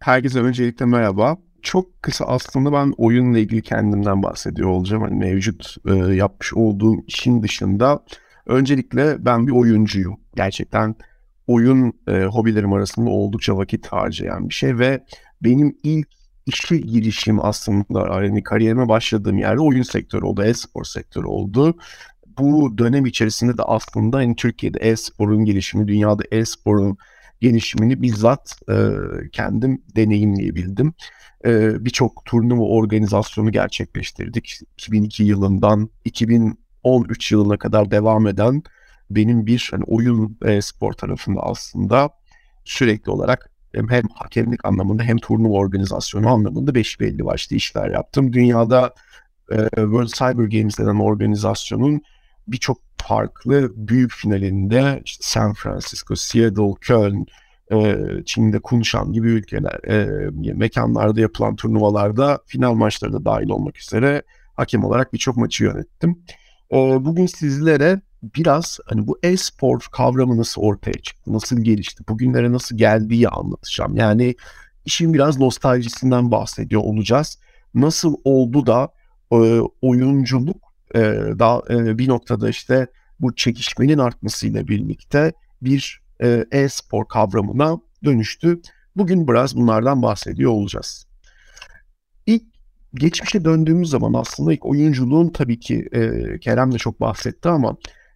Herkese öncelikle merhaba. Çok kısa aslında ben oyunla ilgili kendimden bahsediyor olacağım. Hani mevcut yapmış olduğum işin dışında öncelikle ben bir oyuncuyum. Gerçekten oyun hobilerim arasında oldukça vakit harcayan bir şey ve benim ilk işe girişim aslında yani kariyerime başladığım yerde oyun sektörü oldu, e-spor sektörü oldu. Bu dönem içerisinde de aslında hani Türkiye'de e-sporun gelişimi, dünyada e-sporun gelişimini bizzat kendim deneyimleyebildim. Birçok turnuva organizasyonu gerçekleştirdik. 2002 yılından 2013 yılına kadar devam eden benim bir hani oyun spor tarafında aslında sürekli olarak hem hakemlik anlamında hem turnuva organizasyonu anlamında belli başlı işler yaptım. Dünyada World Cyber Games denen organizasyonun birçok farklı büyük finalinde işte San Francisco, Seattle, Köln, Çin'de Kunshan gibi ülkeler, mekanlarda yapılan turnuvalarda final maçları da dahil olmak üzere hakem olarak birçok maçı yönettim. Bugün sizlere biraz hani bu e-spor kavramı nasıl ortaya çıktı, nasıl gelişti, bugünlere nasıl geldiği anlatacağım. Yani işin biraz nostaljisinden bahsediyor olacağız. Nasıl oldu da oyunculuk bir noktada işte bu çekişmenin artmasıyla birlikte bir e-spor kavramına dönüştü. Bugün biraz bunlardan bahsediyor olacağız. İlk geçmişe döndüğümüz zaman aslında ilk oyunculuğun tabii ki Kerem de çok bahsetti ama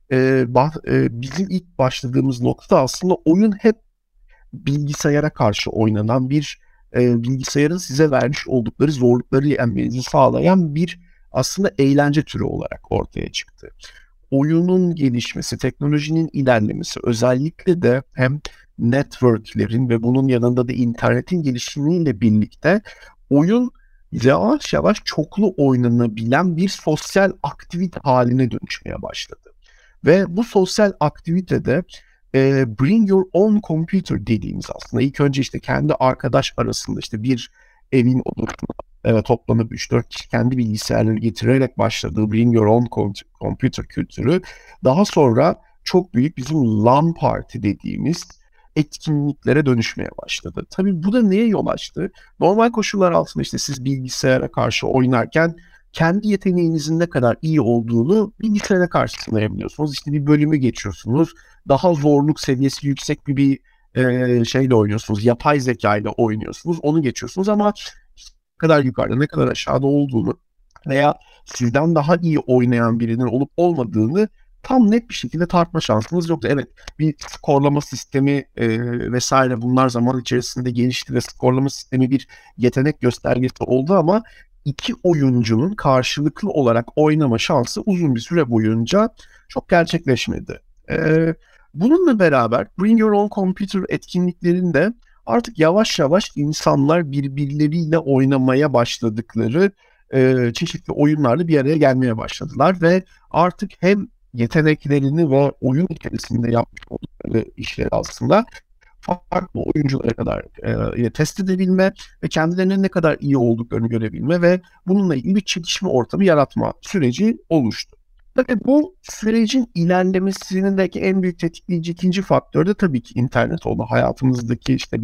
bizim ilk başladığımız nokta aslında oyun hep bilgisayara karşı oynanan bir bilgisayarın size vermiş oldukları zorlukları yenmenizi sağlayan bir aslında eğlence türü olarak ortaya çıktı. Oyunun gelişmesi, teknolojinin ilerlemesi özellikle de hem networklerin ve bunun yanında da internetin gelişimiyle birlikte oyun yavaş yavaş çoklu oynanabilen bir sosyal aktivite haline dönüşmeye başladı. Ve bu sosyal aktivitede bring your own computer dediğimiz aslında ilk önce işte kendi arkadaş arasında işte bir evin odasına toplanıp 3-4 kişi kendi bilgisayarları getirerek başladığı bring your own computer kültürü daha sonra çok büyük bizim LAN party dediğimiz etkinliklere dönüşmeye başladı. Tabii bu da neye yol açtı? Normal koşullar altında işte siz bilgisayara karşı oynarken kendi yeteneğinizin ne kadar iyi olduğunu bilgisayara karşı sınayabiliyorsunuz. İşte bir bölümü geçiyorsunuz. Daha zorluk seviyesi yüksek bir şeyle oynuyorsunuz. Yapay zeka ile oynuyorsunuz. Onu geçiyorsunuz ama ne kadar yukarıda ne kadar aşağıda olduğunu veya sizden daha iyi oynayan birinin olup olmadığını tam net bir şekilde tartma şansınız yoktu. Evet, bir skorlama sistemi vesaire bunlar zaman içerisinde gelişti ve skorlama sistemi bir yetenek göstergesi oldu ama iki oyuncunun karşılıklı olarak oynama şansı uzun bir süre boyunca çok gerçekleşmedi. Bununla beraber Bring Your Own Computer etkinliklerinde artık yavaş yavaş insanlar birbirleriyle oynamaya başladıkları çeşitli oyunlarla bir araya gelmeye başladılar ve artık hem yeteneklerini ve oyun içerisinde yapmış oldukları işleri aslında farklı oyunculara kadar test edebilme ve kendilerinin ne kadar iyi olduklarını görebilme ve bununla ilgili bir çekişme ortamı yaratma süreci oluştu. Tabii bu sürecin ilerlemesindeki en büyük tetikleyici ikinci faktör de tabii ki internet oldu. Hayatımızdaki işte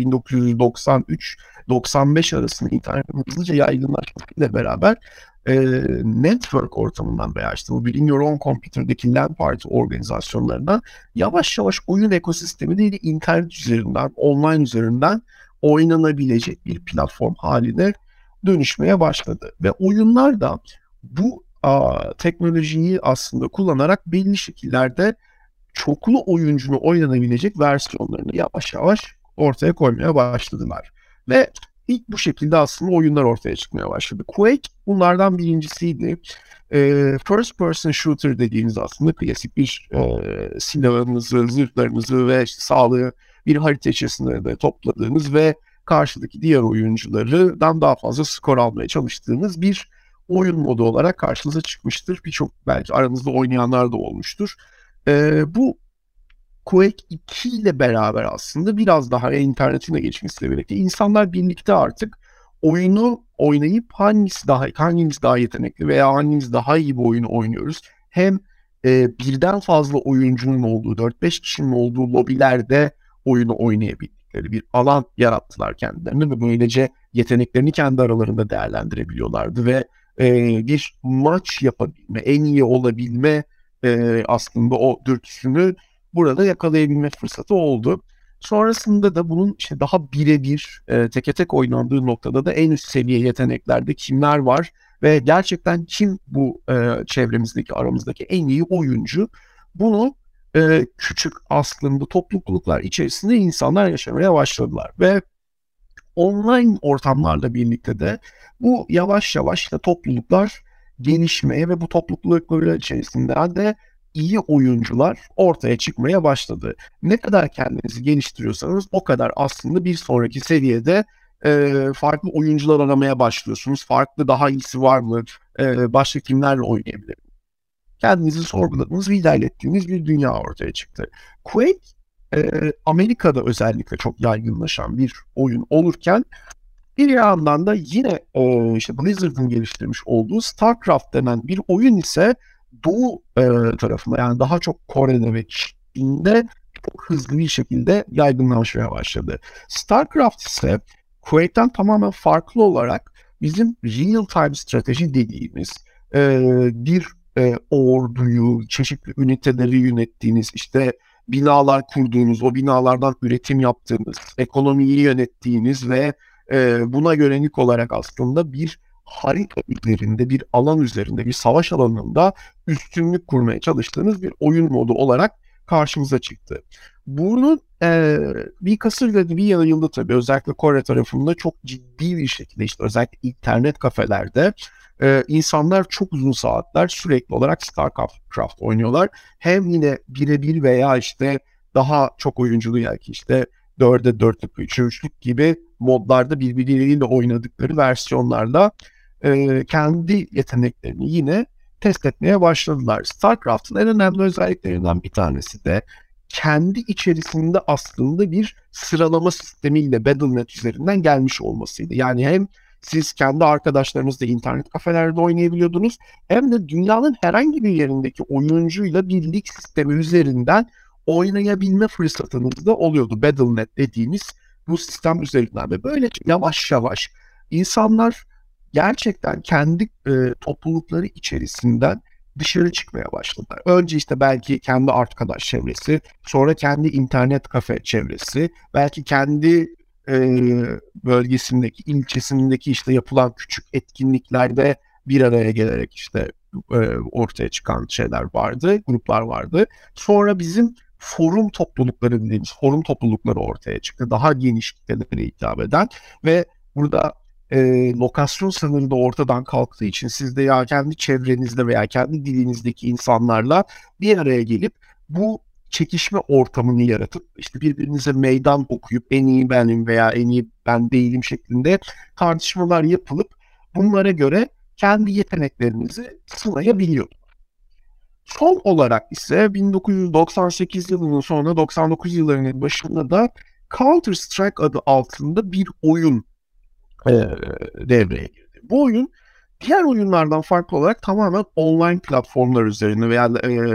1993-95 arasında internetin hızlıca yaygınlaşmasıyla beraber network ortamından veya işte bu Bring Your Own Computer'daki LAN Party organizasyonlarına yavaş yavaş oyun ekosistemi değil internet üzerinden, online üzerinden oynanabilecek bir platform haline dönüşmeye başladı. Ve oyunlar da bu teknolojiyi aslında kullanarak belli şekillerde çoklu oyunculu oynanabilecek versiyonlarını yavaş yavaş ortaya koymaya başladılar. Ve ilk bu şekilde aslında oyunlar ortaya çıkmaya başladı. Quake bunlardan birincisiydi. First person shooter dediğimiz aslında klasik bir silahınızı, zırhlarınızı ve işte sağlığı bir harita içerisinde de topladığınız ve karşıdaki diğer oyunculardan daha fazla skor almaya çalıştığınız bir oyun modu olarak karşınıza çıkmıştır. Birçok belki aranızda oynayanlar da olmuştur. Bu Quake 2 ile beraber aslında biraz daha internetin de gelişmesiyle birlikte insanlar birlikte artık oyunu oynayıp hangimiz daha yetenekli veya hangimiz daha iyi bir oyunu oynuyoruz. Hem birden fazla oyuncunun olduğu 4-5 kişinin olduğu lobilerde oyunu oynayabildik. bildikleri bir alan yarattılar kendilerine ve böylece yeteneklerini kendi aralarında değerlendirebiliyorlardı ve bir maç yapabilme, en iyi olabilme aslında o dürtüsünü burada yakalayabilme fırsatı oldu. Sonrasında da bunun işte daha birebir teke tek oynandığı noktada da en üst seviye yeteneklerde kimler var ve gerçekten kim bu çevremizdeki, aramızdaki en iyi oyuncu, bunu küçük aslında topluluklar içerisinde insanlar yaşamaya başladılar ve online ortamlarla birlikte de bu yavaş yavaş işte topluluklar gelişmeye ve bu topluluklar içerisinde de iyi oyuncular ortaya çıkmaya başladı. Ne kadar kendinizi geliştiriyorsanız o kadar aslında bir sonraki seviyede farklı oyuncular aramaya başlıyorsunuz. Farklı daha iyisi var mı? Başka kimlerle oynayabilirim? Kendinizi sorguladığınız ve ilerlettiğiniz bir dünya ortaya çıktı. Quake Amerika'da özellikle çok yaygınlaşan bir oyun olurken bir yandan da yine işte Blizzard'ın geliştirmiş olduğu StarCraft denen bir oyun ise Doğu tarafında, yani daha çok Kore'de ve Çin'de çok hızlı bir şekilde yaygınlaşmaya başladı. StarCraft ise Quake'den tamamen farklı olarak bizim real-time strateji dediğimiz bir orduyu, çeşitli üniteleri yönettiğiniz, işte binalar kurduğunuz, o binalardan üretim yaptığınız, ekonomiyi yönettiğiniz ve buna yönelik olarak aslında bir harita üzerinde, bir alan üzerinde, bir savaş alanında üstünlük kurmaya çalıştığınız bir oyun modu olarak karşımıza çıktı. Bunun bir kasırga bir yayıldı tabii. Özellikle Kore tarafında çok ciddi bir şekilde, işte özellikle internet kafelerde insanlar çok uzun saatler sürekli olarak StarCraft oynuyorlar. Hem yine birebir veya işte daha çok oyunculu, yani işte 4'e 4'lük, 3'e 3'lük gibi modlarda birbirleriyle oynadıkları versiyonlarla kendi yeteneklerini yine test etmeye başladılar. StarCraft'ın en önemli özelliklerinden bir tanesi de kendi içerisinde aslında bir sıralama sistemiyle Battle.net üzerinden gelmiş olmasıydı. Yani hem siz kendi arkadaşlarınızla internet kafelerde oynayabiliyordunuz, hem de dünyanın herhangi bir yerindeki oyuncuyla bir lig sistemi üzerinden oynayabilme fırsatınız da oluyordu. Battle.net dediğimiz bu sistem üzerinden ve böylece yavaş yavaş insanlar gerçekten kendi toplulukları içerisinden dışarı çıkmaya başladılar. Önce işte belki kendi arkadaş çevresi, sonra kendi internet kafe çevresi, belki kendi bölgesindeki, ilçesindeki işte yapılan küçük etkinliklerde bir araya gelerek işte ortaya çıkan şeyler vardı, gruplar vardı. Sonra bizim forum toplulukları dediğimiz forum toplulukları ortaya çıktı. Daha geniş kitlelere hitap eden ve burada lokasyon sınırı da ortadan kalktığı için siz de ya kendi çevrenizde veya kendi dilinizdeki insanlarla bir araya gelip bu çekişme ortamını yaratıp işte birbirinize meydan okuyup en iyi benim veya en iyi ben değilim şeklinde tartışmalar yapılıp bunlara göre kendi yeteneklerinizi sınayabiliyor. Son olarak ise 1998 yılının sonunda 99 yıllarının başında da Counter Strike adı altında bir oyun devreye girdi. Bu oyun diğer oyunlardan farklı olarak tamamen online platformlar üzerine veya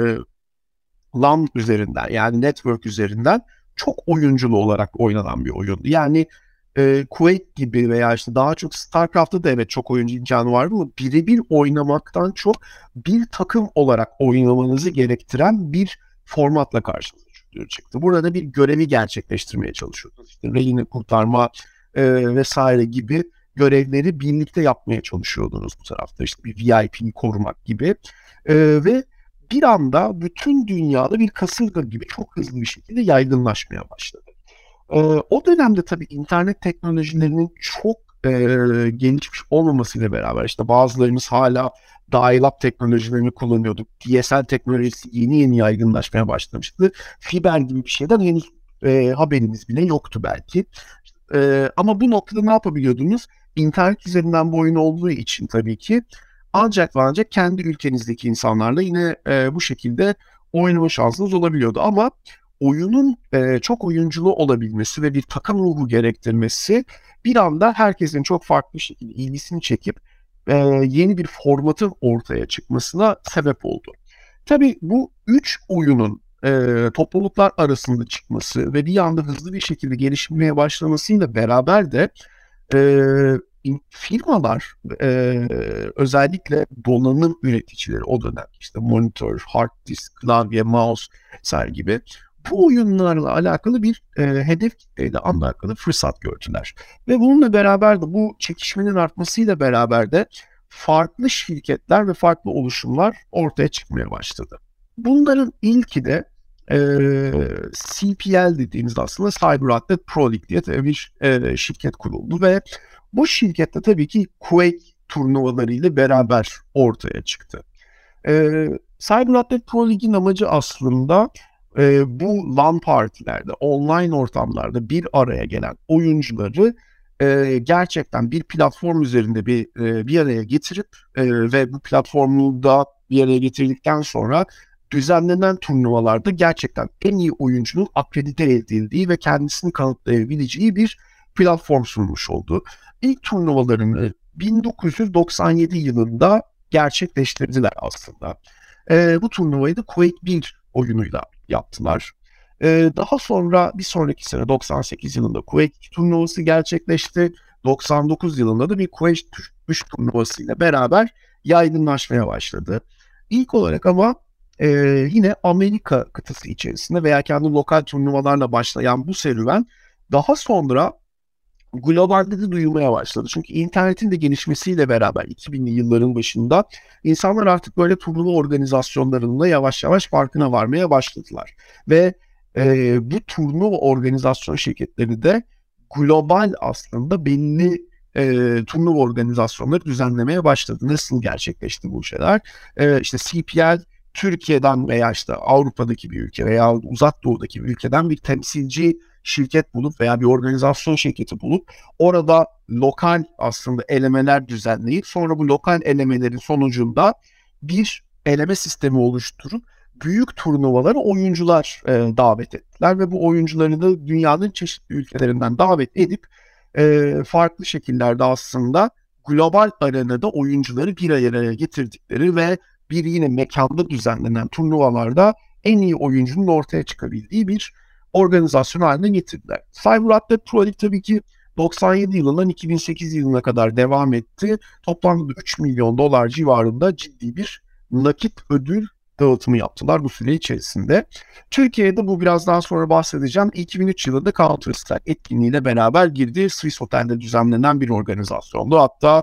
LAN üzerinden, yani network üzerinden çok oyunculu olarak oynanan bir oyundu. Yani Quake gibi veya işte daha çok StarCraft'ta da evet çok oyuncu imkanı vardı ama birebir oynamaktan çok bir takım olarak oynamanızı gerektiren bir formatla karşınıza çıktı. Burada bir görevi gerçekleştirmeye çalışıyordunuz. İşte rehini kurtarma vesaire gibi görevleri birlikte yapmaya çalışıyordunuz bu tarafta. İşte bir VIP'yi korumak gibi. Ve bir anda bütün dünyada bir kasırga gibi çok hızlı bir şekilde yaygınlaşmaya başladı. O dönemde tabii internet teknolojilerinin çok gelişmiş olmamasıyla beraber işte bazılarımız hala dial-up teknolojilerini kullanıyorduk. DSL teknolojisi yeni yeni yaygınlaşmaya başlamıştı. Fiber gibi bir şeyden henüz haberimiz bile yoktu belki. Ama bu noktada ne yapabiliyordunuz? İnternet üzerinden bu oyun olduğu için tabii ki ancak ve ancak kendi ülkenizdeki insanlarla yine bu şekilde oynama şansınız olabiliyordu. Ama oyunun çok oyunculu olabilmesi ve bir takım ruhu gerektirmesi bir anda herkesin çok farklı şekilde ilgisini çekip yeni bir formatın ortaya çıkmasına sebep oldu. Tabii bu 3 oyunun topluluklar arasında çıkması ve bir anda hızlı bir şekilde gelişmeye başlamasıyla beraber de firmalar, özellikle donanım üreticileri o dönem, işte monitör, hard disk, klavye, mouse gibi bu oyunlarla alakalı bir hedef kitleyle alakalı fırsat gördüler. Ve bununla beraber de bu çekişmenin artmasıyla beraber de farklı şirketler ve farklı oluşumlar ortaya çıkmaya başladı. Bunların ilki de CPL dediğimiz aslında Cyber Athlete Pro League diye bir şirket kuruldu ve bu şirkette tabii ki Quake turnuvalarıyla beraber ortaya çıktı. Cyber Athlete Pro League'in amacı aslında bu LAN partilerde, online ortamlarda bir araya gelen oyuncuları gerçekten bir platform üzerinde bir araya getirip ve bu platformda bir araya getirdikten sonra düzenlenen turnuvalarda gerçekten en iyi oyuncunun akredite edildiği ve kendisini kanıtlayabileceği bir platform sunmuş oldu. İlk turnuvalarını 1997 yılında gerçekleştirdiler aslında. Bu turnuvayı da Quake 1 oyunuyla yaptılar. Daha sonra bir sonraki sene 98 yılında Quake 2 turnuvası gerçekleşti. 99 yılında da bir Quake 3 turnuvası ile beraber yaygınlaşmaya başladı. İlk olarak ama yine Amerika kıtası içerisinde veya kendi lokal turnuvalarla başlayan bu serüven daha sonra globalde de duyulmaya başladı. Çünkü internetin de gelişmesiyle beraber 2000'li yılların başında insanlar artık böyle turnuva organizasyonlarında yavaş yavaş farkına varmaya başladılar. Ve bu turnuva organizasyon şirketleri de global aslında belli turnuva organizasyonları düzenlemeye başladı. Nasıl gerçekleşti bu şeyler? İşte CPL Türkiye'den veya işte Avrupa'daki bir ülke veya Uzak Doğu'daki bir ülkeden bir temsilci şirket bulup veya bir organizasyon şirketi bulup orada lokal aslında elemeler düzenleyip sonra bu lokal elemelerin sonucunda bir eleme sistemi oluşturup büyük turnuvalara oyuncular davet ettiler ve bu oyuncuları da dünyanın çeşitli ülkelerinden davet edip farklı şekillerde aslında global arenada oyuncuları bir araya getirdikleri ve bir yine mekanda düzenlenen turnuvalarda en iyi oyuncunun ortaya çıkabildiği bir organizasyon haline getirdiler. Cyber Athlete Pro League tabii ki 97 yılından 2008 yılına kadar devam etti. Toplamda 3 milyon dolar civarında ciddi bir nakit ödül dağıtımı yaptılar bu süre içerisinde. Türkiye'de bu biraz daha sonra bahsedeceğim. 2003 yılında Counter Strike etkinliğiyle beraber girdi. Swiss Hotel'de düzenlenen bir organizasyondu. Hatta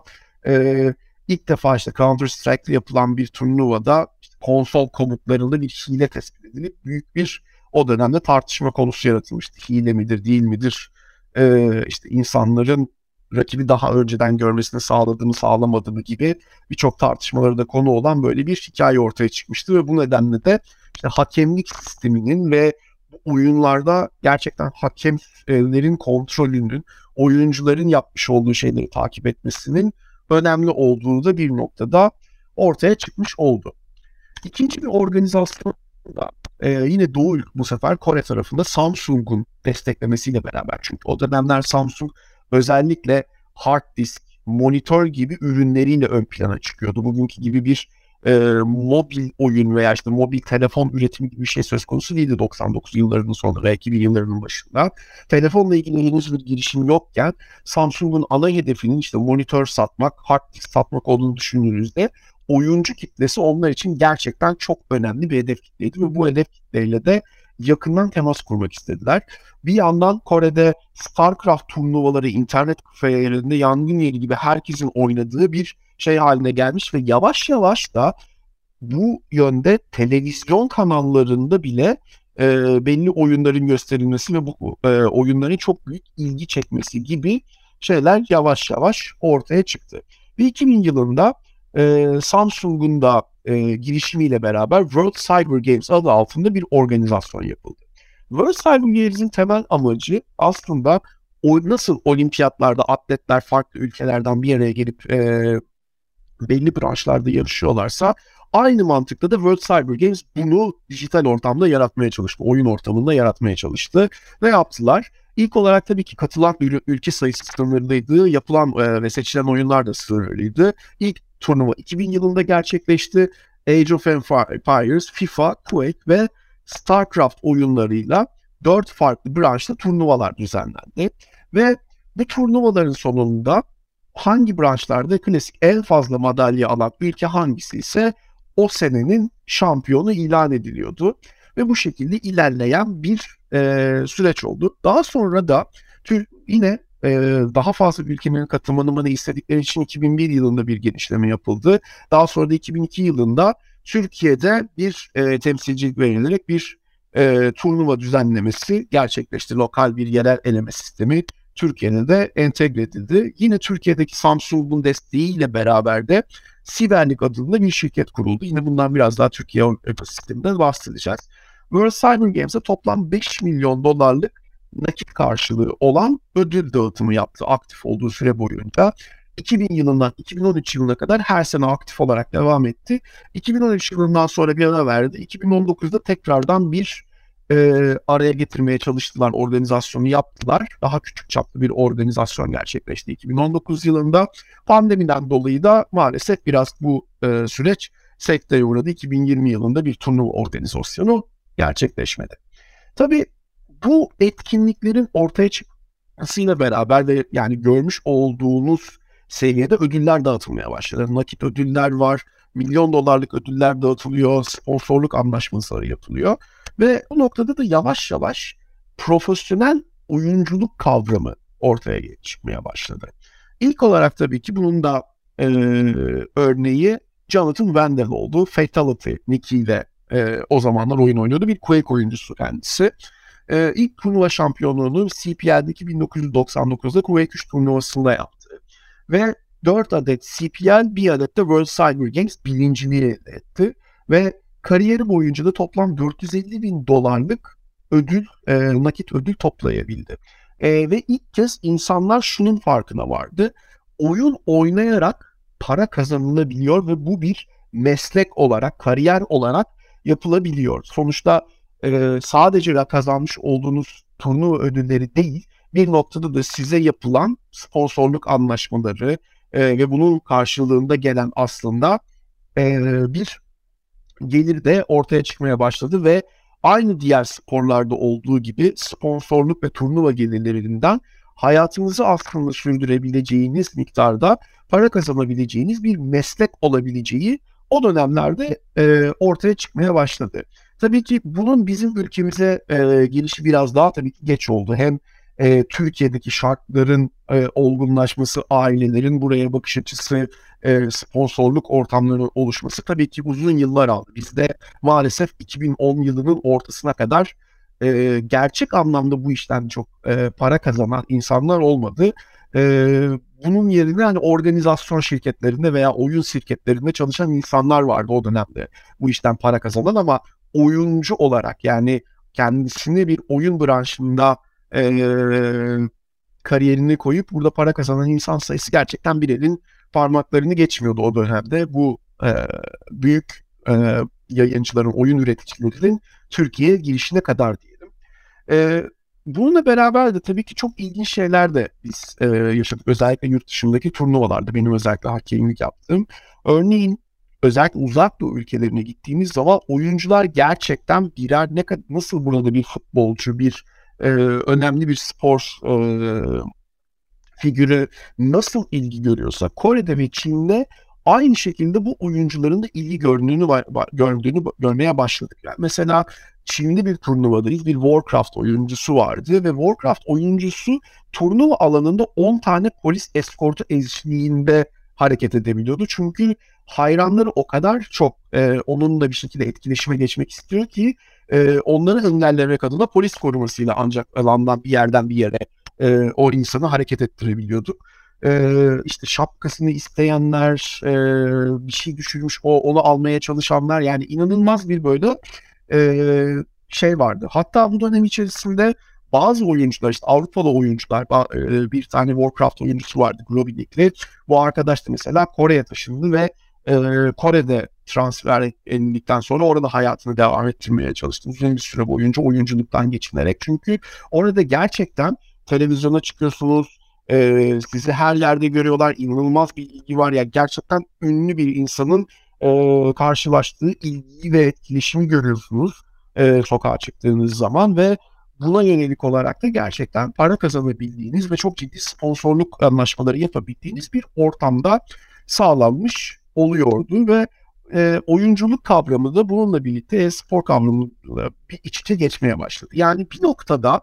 ilk defa işte Counter Strike'de yapılan bir turnuvada işte konsol komutlarında bir hile tespit edilip büyük bir o dönemde tartışma konusu yaratılmıştı. Hile midir, değil midir? İşte insanların rakibi daha önceden görmesini sağladığını, sağlamadığını gibi birçok tartışmaları da konu olan böyle bir hikaye ortaya çıkmıştı ve bu nedenle de işte hakemlik sisteminin ve oyunlarda gerçekten hakemlerin kontrolünün, oyuncuların yapmış olduğu şeyleri takip etmesinin önemli olduğunu da bir noktada ortaya çıkmış oldu. İkinci bir organizasyon da yine Doğu bu sefer Kore tarafında Samsung'un desteklemesiyle beraber. Çünkü o dönemler Samsung özellikle hard disk, monitör gibi ürünleriyle ön plana çıkıyordu. Bugünkü gibi bir mobil oyun veya işte mobil telefon üretimi gibi bir şey söz konusu değildi 99 yıllarının sonunda veya 2000 yıllarının başında. Telefonla ilgili henüz bir girişim yokken Samsung'un ana hedefinin işte monitör satmak, hard disk satmak olduğunu düşündüğünüzde oyuncu kitlesi onlar için gerçekten çok önemli bir hedef kitleydi ve bu hedef kitleyle de yakından temas kurmak istediler. Bir yandan Kore'de StarCraft turnuvaları internet kafelerinde yangın yeri gibi herkesin oynadığı bir şey haline gelmiş ve yavaş yavaş da bu yönde televizyon kanallarında bile belli oyunların gösterilmesi ve bu oyunların çok büyük ilgi çekmesi gibi şeyler yavaş yavaş ortaya çıktı. Ve 2000 yılında Samsung'un da girişimiyle beraber World Cyber Games adı altında bir organizasyon yapıldı. World Cyber Games'in temel amacı aslında nasıl olimpiyatlarda atletler farklı ülkelerden bir araya gelip belli branşlarda yarışıyorlarsa aynı mantıkla da World Cyber Games bunu dijital ortamda yaratmaya çalıştı. Oyun ortamında yaratmaya çalıştı. Ne yaptılar? İlk olarak tabii ki katılan ülke sayısı sınırlıydı. Yapılan ve seçilen oyunlar da sınırlıydı. İlk turnuva 2000 yılında gerçekleşti. Age of Empires, FIFA, Quake ve StarCraft oyunlarıyla 4 farklı branşta turnuvalar düzenlendi. Ve bu turnuvaların sonunda hangi branşlarda klasik en fazla madalya alan ülke hangisi ise o senenin şampiyonu ilan ediliyordu. Ve bu şekilde ilerleyen bir süreç oldu. Daha sonra da yine daha fazla ülkenin katılımını istedikleri için 2001 yılında bir genişleme yapıldı. Daha sonra da 2002 yılında Türkiye'de bir temsilcilik verilerek bir turnuva düzenlemesi gerçekleşti. Lokal bir yerel eleme sistemi Türkiye'de de entegre edildi. Yine Türkiye'deki Samsung'un desteğiyle beraber de Siberlik adında bir şirket kuruldu. Yine bundan biraz daha Türkiye ekosisteminde bahsedeceğiz. World Cyber Games'e toplam 5 milyon dolarlık nakit karşılığı olan ödül dağıtımı yaptı aktif olduğu süre boyunca. 2000 yılından 2013 yılına kadar her sene aktif olarak devam etti. 2013 yılından sonra bir ara verdi. 2019'da tekrardan bir araya getirmeye çalıştılar, organizasyonu yaptılar. Daha küçük çaplı bir organizasyon gerçekleşti 2019 yılında. Pandemiden dolayı da maalesef biraz bu süreç sekteye uğradı. 2020 yılında bir turnuva organizasyonu gerçekleşmedi. Tabii bu etkinliklerin ortaya çıkmasıyla beraber de yani görmüş olduğunuz seviyede ödüller dağıtılmaya başladı. Nakit ödüller var, milyon dolarlık ödüller dağıtılıyor, sponsorluk anlaşmaları yapılıyor. Ve bu noktada da yavaş yavaş profesyonel oyunculuk kavramı ortaya çıkmaya başladı. İlk olarak tabii ki bunun da örneği Jonathan Vandal oldu. Fatality nickiyle o zamanlar oyun oynuyordu. Bir Quake oyuncusu kendisi. İlk turnuva şampiyonluğunu CPL'deki 1999'da Quake 3 turnuvasında yaptı. Ve 4 adet CPL, bir adet de World Cyber Games birinciliği elde etti. Ve kariyeri boyunca da toplam 450 bin dolarlık nakit ödül toplayabildi. Ve ilk kez insanlar şunun farkına vardı. Oyun oynayarak para kazanılabiliyor ve bu bir meslek olarak, kariyer olarak yapılabiliyor. Sonuçta sadece kazanmış olduğunuz turnuva ödülleri değil, bir noktada da size yapılan sponsorluk anlaşmaları ve bunun karşılığında gelen aslında bir gelir de ortaya çıkmaya başladı ve aynı diğer sporlarda olduğu gibi sponsorluk ve turnuva gelirlerinden hayatınızı aslında sürdürebileceğiniz miktarda para kazanabileceğiniz bir meslek olabileceği o dönemlerde ortaya çıkmaya başladı. Tabii ki bunun bizim ülkemize gelişi biraz daha tabii ki geç oldu. Hem Türkiye'deki şartların olgunlaşması, ailelerin buraya bakış açısı, sponsorluk ortamlarının oluşması tabii ki uzun yıllar aldı. Bizde maalesef 2010 yılının ortasına kadar gerçek anlamda bu işten çok para kazanan insanlar olmadı. Bunun yerine hani organizasyon şirketlerinde veya oyun şirketlerinde çalışan insanlar vardı o dönemde bu işten para kazanan ama oyuncu olarak yani kendisini bir oyun branşında kariyerini koyup burada para kazanan insan sayısı gerçekten bir elin parmaklarını geçmiyordu o dönemde. Bu büyük yayıncıların, oyun üreticilerinin Türkiye'ye girişine kadar diyelim. Bununla beraber de tabii ki çok ilginç şeyler de biz yaşadık. Özellikle yurt dışındaki turnuvalarda benim özellikle hakemlik yaptığım. Örneğin özellikle uzak doğu ülkelerine gittiğimiz zaman oyuncular gerçekten nasıl burada bir futbolcu, bir önemli bir spor figürü nasıl ilgi görüyorsa Kore'de ve Çin'de aynı şekilde bu oyuncuların da ilgi görmeye başladık. Yani mesela Çin'de bir turnuvadayız. Bir Warcraft oyuncusu vardı ve Warcraft oyuncusu turnuva alanında 10 tane polis eskortu eşliğinde hareket edebiliyordu. Çünkü hayranları o kadar çok onunla bir şekilde etkileşime geçmek istiyor ki onları engellemek adına polis korumasıyla ancak alandan bir yerden bir yere o insanı hareket ettirebiliyorduk. İşte şapkasını isteyenler, bir şey düşürmüş, onu almaya çalışanlar yani inanılmaz bir böyle şey vardı. Hatta bu dönem içerisinde bazı oyuncular işte Avrupalı oyuncular bir tane Warcraft oyuncusu vardı Grobinikli. Bu arkadaş da mesela Kore'ye taşındı ve Kore'de transfer edildikten sonra orada hayatını devam ettirmeye çalıştı. Uzun bir süre boyunca oyunculuktan geçinerek. Çünkü orada gerçekten televizyona çıkıyorsunuz, sizi her yerde görüyorlar, inanılmaz bir ilgi var. Yani gerçekten ünlü bir insanın karşılaştığı ilgiyi ve etkileşimi görüyorsunuz. sokağa çıktığınız zaman ve buna yönelik olarak da gerçekten para kazanabildiğiniz ve çok ciddi sponsorluk anlaşmaları yapabildiğiniz bir ortamda sağlanmış oluyordu ve oyunculuk kavramı da bununla birlikte e-spor kavramıyla bir iç içe geçmeye başladı. Yani bir noktada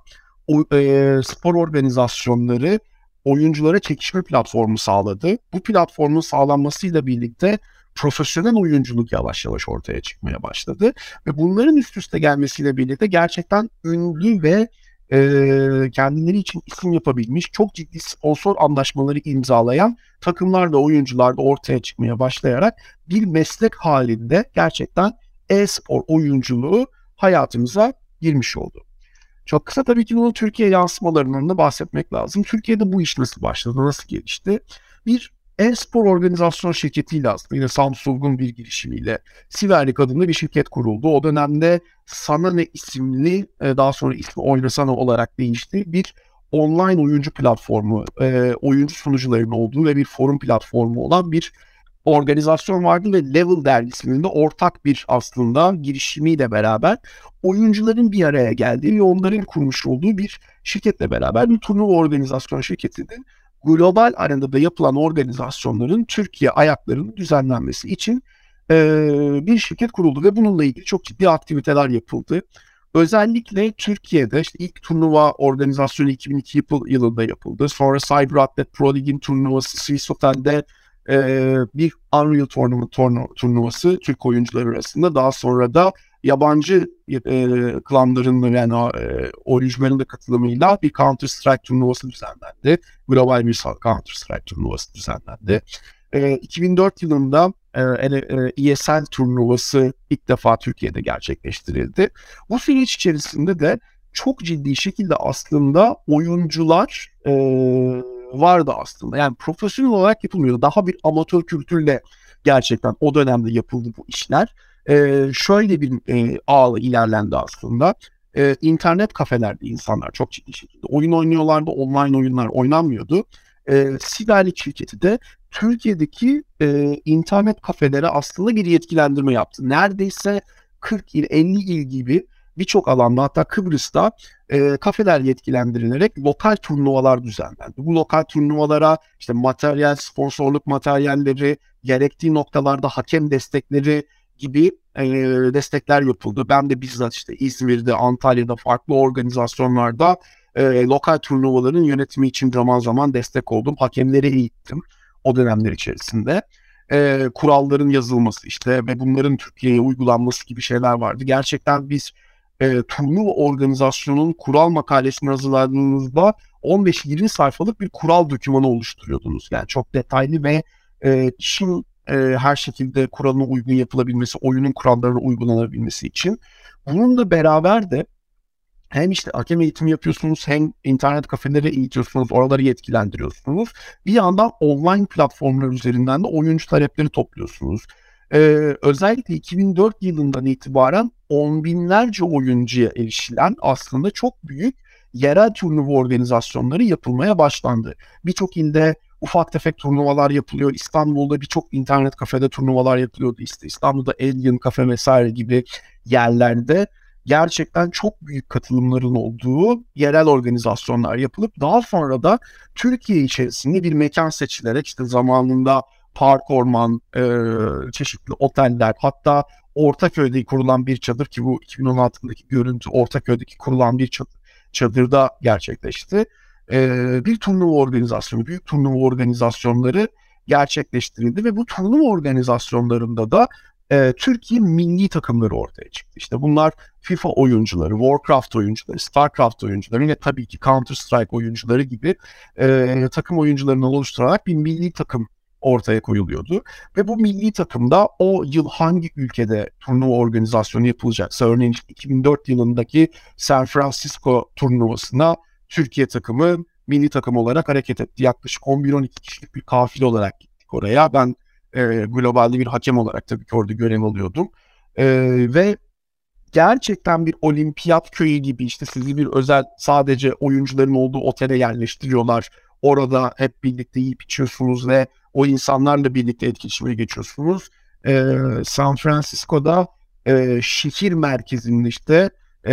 spor organizasyonları oyunculara çekişme platformu sağladı. Bu platformun sağlanmasıyla birlikte profesyonel oyunculuk yavaş yavaş ortaya çıkmaya başladı. Ve bunların üst üste gelmesiyle birlikte gerçekten ünlü ve kendileri için isim yapabilmiş, çok ciddi sponsor anlaşmaları imzalayan takımlar da oyuncular da ortaya çıkmaya başlayarak bir meslek halinde gerçekten e-spor oyunculuğu hayatımıza girmiş oldu. Çok kısa tabii ki bunun Türkiye yansımalarından da bahsetmek lazım. Türkiye'de bu iş nasıl başladı, nasıl gelişti? Bir e-spor organizasyon şirketiyle aslında yine Samsung'un bir girişimiyle Siverlik adında bir şirket kuruldu. O dönemde Sana Ne isimli, daha sonra ismi Oynasana olarak değişti. Bir online oyuncu platformu, oyuncu sunucularının olduğu ve bir forum platformu olan bir organizasyon vardı ve Level dergisinin de ortak bir aslında girişimiyle beraber oyuncuların bir araya geldiği ve onların kurmuş olduğu bir şirketle beraber bir turnuva organizasyon şirketinin global arenada yapılan organizasyonların Türkiye ayaklarının düzenlenmesi için bir şirket kuruldu ve bununla ilgili çok ciddi aktiviteler yapıldı. Özellikle Türkiye'de işte ilk turnuva organizasyonu 2002 yılında yapıldı. Sonra Cyber Atlet Pro Lig'in turnuvası Swiss Hotel'de bir Unreal Tournament turnuvası Türk oyuncular arasında. Daha sonra da yabancı klanların yani orijinalin de katılımıyla bir Counter Strike turnuvası düzenlendi. Global bir Counter Strike turnuvası düzenlendi. 2004 yılında ESL turnuvası ilk defa Türkiye'de gerçekleştirildi. Bu süreç içerisinde de çok ciddi şekilde aslında oyuncular vardı aslında. Yani profesyonel olarak yapılmıyordu. Daha bir amatör kültürle gerçekten o dönemde yapıldı bu işler. Şöyle bir ağla ilerlendi aslında. İnternet kafelerde insanlar çok ciddi şekilde oyun oynuyorlardı. Online oyunlar oynanmıyordu. Siverlik şirketi de Türkiye'deki internet kafelere aslında bir yetkilendirme yaptı. Neredeyse 40 il, 50 il gibi birçok alanda, hatta Kıbrıs'ta kafeler yetkilendirilerek lokal turnuvalar düzenlendi. Bu lokal turnuvalara işte materyal, sponsorluk materyalleri, gerektiği noktalarda hakem destekleri gibi destekler yapıldı. Ben de bizzat işte İzmir'de, Antalya'da farklı organizasyonlarda lokal turnuvaların yönetimi için zaman zaman destek oldum. Hakemleri eğittim o dönemler içerisinde. Kuralların yazılması işte ve bunların Türkiye'ye uygulanması gibi şeyler vardı. Gerçekten biz turnuva organizasyonunun kural makalesini hazırladığınızda 15-20 sayfalık bir kural dokümanı oluşturuyordunuz. Yani çok detaylı ve işin her şekilde kuralına uygun yapılabilmesi, oyunun kurallarına uygulanabilmesi için. Bununla beraber de hem işte hakem eğitimi yapıyorsunuz, hem internet kafelere eğitiyorsunuz, oraları yetkilendiriyorsunuz. Bir yandan online platformlar üzerinden de oyuncu talepleri topluyorsunuz. Özellikle 2004 yılından itibaren on binlerce oyuncuya erişilen aslında çok büyük yerel turnuva organizasyonları yapılmaya başlandı. Birçok ilde ufak tefek turnuvalar yapılıyor. İstanbul'da birçok internet kafede turnuvalar yapılıyordu. İşte İstanbul'da Alien Cafe vesaire gibi yerlerde gerçekten çok büyük katılımların olduğu yerel organizasyonlar yapılıp daha sonra da Türkiye içerisinde bir mekan seçilerek işte zamanında Park Orman, çeşitli oteller, hatta Ortaköy'de kurulan bir çadır ki bu 2016'daki görüntü Ortaköy'deki kurulan bir çadırda gerçekleşti. Bir turnuva organizasyonu, büyük turnuva organizasyonları gerçekleştirildi ve bu turnuva organizasyonlarında da Türkiye milli takımları ortaya çıktı. İşte bunlar FIFA oyuncuları, Warcraft oyuncuları, Starcraft oyuncuları ve tabii ki Counter Strike oyuncuları gibi takım oyuncularını oluşturarak bir milli takım ortaya koyuluyordu. Ve bu milli takımda o yıl hangi ülkede turnuva organizasyonu yapılacaksa, örneğin 2004 yılındaki San Francisco turnuvasına Türkiye takımı milli takım olarak hareket etti. Yaklaşık 11-12 kişilik bir kafile olarak gittik oraya. Ben globalde bir hakem olarak tabii ki orada görev alıyordum. Ve gerçekten bir olimpiyat köyü gibi işte sizi bir özel sadece oyuncuların olduğu otele yerleştiriyorlar. Orada hep birlikte yiyip içiyorsunuz ve o insanlarla birlikte etkileşime geçiyorsunuz. San Francisco'da şehir merkezinde işte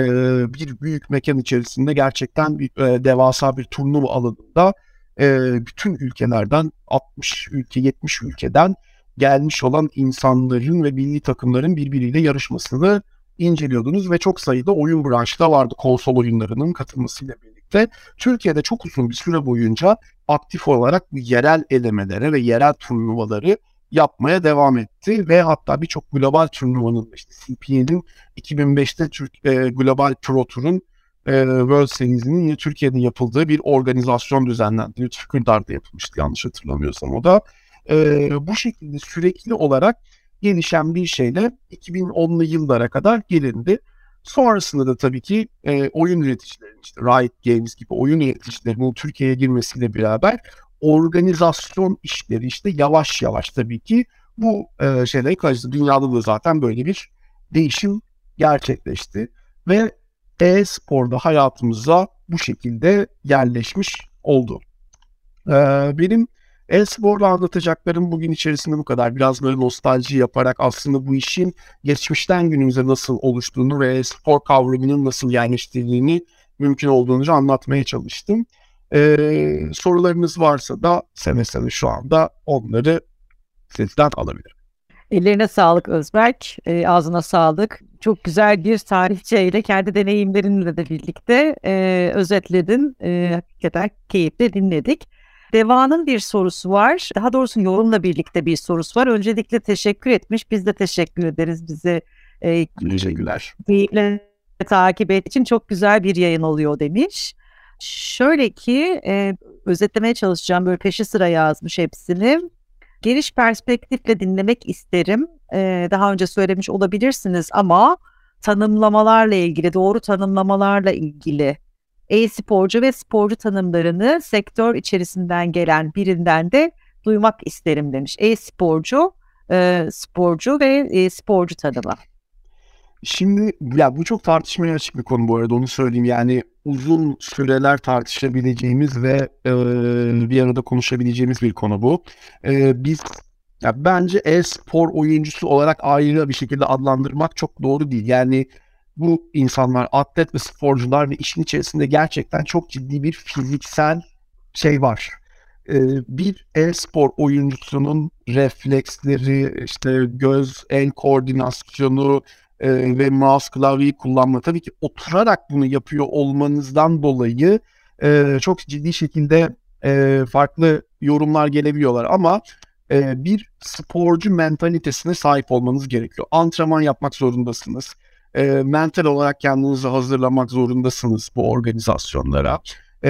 bir büyük mekan içerisinde gerçekten devasa bir turnuva alanında bütün ülkelerden 60 ülke 70 ülkeden gelmiş olan insanların ve milli takımların birbiriyle yarışmasını inceliyordunuz ve çok sayıda oyun branşı da vardı konsol oyunlarının katılmasıyla birlikte. Türkiye'de çok uzun bir süre boyunca aktif olarak bu yerel elemelere ve yerel turnuvaları yapmaya devam etti ve hatta birçok global turnuvanın işte CPL'in 2005'te Global Pro Tour'un World Series'inin yine Türkiye'de yapıldığı bir organizasyon düzenlendi. Üsküdar'da yapılmıştı yanlış hatırlamıyorsam o da. Bu şekilde sürekli olarak gelişen bir şeyle 2010'lu yıllara kadar gelindi. Sonrasında da tabii ki oyun üreticilerinin işte Riot Games gibi oyun üreticilerinin Türkiye'ye girmesiyle beraber organizasyon işleri işte yavaş yavaş tabii ki bu şeyleri karşıladı. Dünyada da zaten böyle bir değişim gerçekleşti ve e-sporda hayatımıza bu şekilde yerleşmiş oldu. Benim e-sporla anlatacaklarım bugün içerisinde bu kadar. Biraz böyle nostalji yaparak aslında bu işin geçmişten günümüze nasıl oluştuğunu ve e-spor kavramının nasıl yerleştirildiğini mümkün olduğunca anlatmaya çalıştım. Sorularınız varsa da seve seve şu anda onları sizden alabilirim. Ellerine sağlık Özberk, ağzına sağlık. Çok güzel bir tarihçeyle, kendi deneyimlerinle de birlikte özetledin. Hakikaten keyifle dinledik. Deva'nın bir sorusu var. Daha doğrusu yorumla birlikte bir sorusu var. Öncelikle teşekkür etmiş. Biz de teşekkür ederiz. Bizi teşekkürler. Keyifle takip ettiği için çok güzel bir yayın oluyor demiş. Şöyle ki özetlemeye çalışacağım. Böyle peşi sıra yazmış hepsini. Geniş perspektifle dinlemek isterim. Daha önce söylemiş olabilirsiniz ama tanımlamalarla ilgili, doğru tanımlamalarla ilgili e-sporcu ve sporcu tanımlarını sektör içerisinden gelen birinden de duymak isterim demiş. E-sporcu, sporcu ve sporcu tanımı. Şimdi ya bu çok tartışmaya açık bir konu bu arada, onu söyleyeyim. Yani uzun süreler tartışabileceğimiz ve bir arada konuşabileceğimiz bir konu bu. Biz ya bence e-spor oyuncusu olarak ayrı bir şekilde adlandırmak çok doğru değil. Yani bu insanlar atlet ve sporcular ve işin içerisinde gerçekten çok ciddi bir fiziksel şey var. Bir e-spor oyuncusunun refleksleri, işte göz el koordinasyonu ve mouse klavyeyi kullanma, tabii ki oturarak bunu yapıyor olmanızdan dolayı çok ciddi şekilde farklı yorumlar gelebiliyorlar ama bir sporcu mentalitesine sahip olmanız gerekiyor. Antrenman yapmak zorundasınız. Mental olarak kendinizi hazırlamak zorundasınız bu organizasyonlara.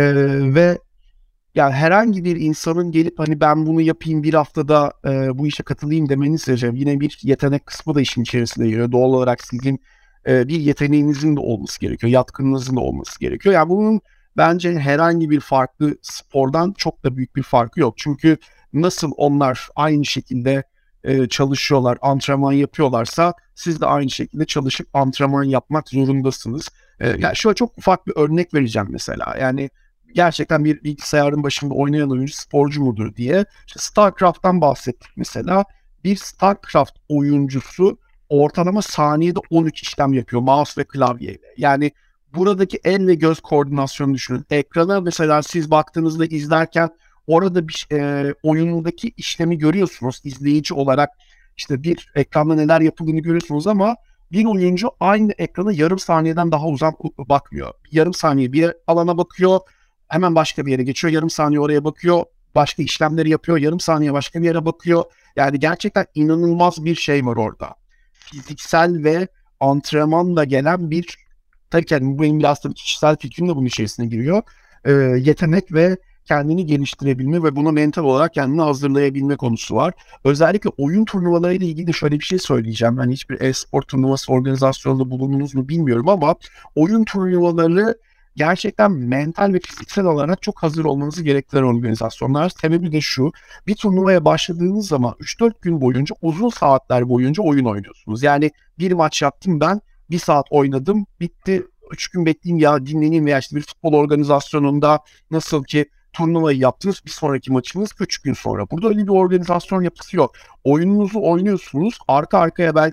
Ve yani herhangi bir insanın gelip hani ben bunu yapayım bir haftada bu işe katılayım demeniz yine bir yetenek kısmı da işin içerisinde giriyor. Doğal olarak sizin bir yeteneğinizin de olması gerekiyor. Yatkınlığınızın da olması gerekiyor. Yani bunun bence herhangi bir farklı spordan çok da büyük bir farkı yok. Çünkü nasıl onlar aynı şekilde çalışıyorlar, antrenman yapıyorlarsa siz de aynı şekilde çalışıp antrenman yapmak zorundasınız. Yani şöyle çok ufak bir örnek vereceğim mesela. Yani gerçekten bir bilgisayarın başında oynayan oyuncu sporcu mudur diye. İşte StarCraft'tan bahsettik mesela. Bir StarCraft oyuncusu ortalama saniyede 13 işlem yapıyor mouse ve klavyeyle. Yani buradaki el ve göz koordinasyonu düşünün. Ekrana mesela siz baktığınızda izlerken orada bir oyundaki işlemi görüyorsunuz. İzleyici olarak işte bir ekranda neler yapıldığını görüyorsunuz ama bir oyuncu aynı ekrana yarım saniyeden daha uzak bakmıyor. Yarım saniye bir alana bakıyor, hemen başka bir yere geçiyor. Yarım saniye oraya bakıyor, başka işlemleri yapıyor. Yarım saniye başka bir yere bakıyor. Yani gerçekten inanılmaz bir şey var orada. Fiziksel ve antrenmanla gelen bir, tabii ki bu benim biraz da kişisel fikrim de bunun içerisine giriyor. Yetenek ve kendini geliştirebilme ve buna mental olarak kendini hazırlayabilme konusu var. Özellikle oyun turnuvalarıyla ilgili şöyle bir şey söyleyeceğim. Ben hiçbir e-spor turnuvası organizasyonunda bulundunuz mu bilmiyorum ama oyun turnuvaları gerçekten mental ve fiziksel olarak çok hazır olmanızı gerektiren organizasyonlar. Sebebi de şu: bir turnuvaya başladığınız zaman 3-4 gün boyunca uzun saatler boyunca oyun oynuyorsunuz. Yani bir maç yaptım ben, 1 saat oynadım, bitti. 3 gün bekleyeyim ya dinleneyim veya işte bir futbol organizasyonunda nasıl ki turnuvayı yaptınız, bir sonraki maçınız 3 gün sonra. Burada öyle bir organizasyon yapısı yok. Oyununuzu oynuyorsunuz. Arka arkaya belki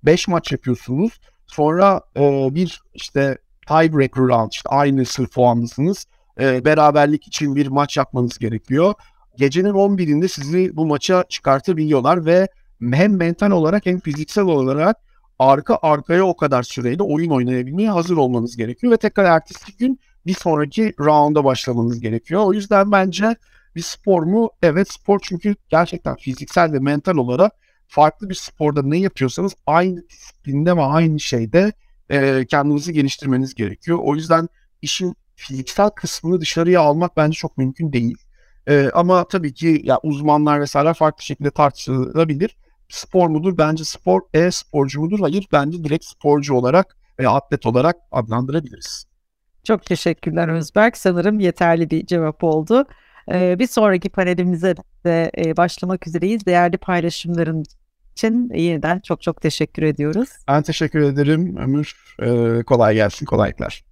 5 maç yapıyorsunuz. Sonra bir işte tiebreaker round, işte aynı puanlısınız. Beraberlik için bir maç yapmanız gerekiyor. Gecenin 11'inde sizi bu maça çıkartabiliyorlar ve hem mental olarak hem fiziksel olarak arka arkaya o kadar süreyle oyun oynayabilmeye hazır olmanız gerekiyor ve tekrar ertesi gün bir sonraki rounda başlamanız gerekiyor. O yüzden bence bir spor mu? Evet, spor, çünkü gerçekten fiziksel ve mental olarak farklı bir sporda ne yapıyorsanız aynı disiplinde ve aynı şeyde kendinizi geliştirmeniz gerekiyor. O yüzden işin fiziksel kısmını dışarıya almak bence çok mümkün değil. Ama tabii ki ya uzmanlar vesaire farklı şekilde tartışılabilir. Spor mudur? Bence spor. Sporcu mudur? Hayır. Bence direkt sporcu olarak veya atlet olarak adlandırabiliriz. Çok teşekkürler Özberk. Sanırım yeterli bir cevap oldu. Bir sonraki panelimize de başlamak üzereyiz. Değerli paylaşımların için yeniden çok çok teşekkür ediyoruz. Ben teşekkür ederim Ömür. Kolay gelsin, kolaylıklar.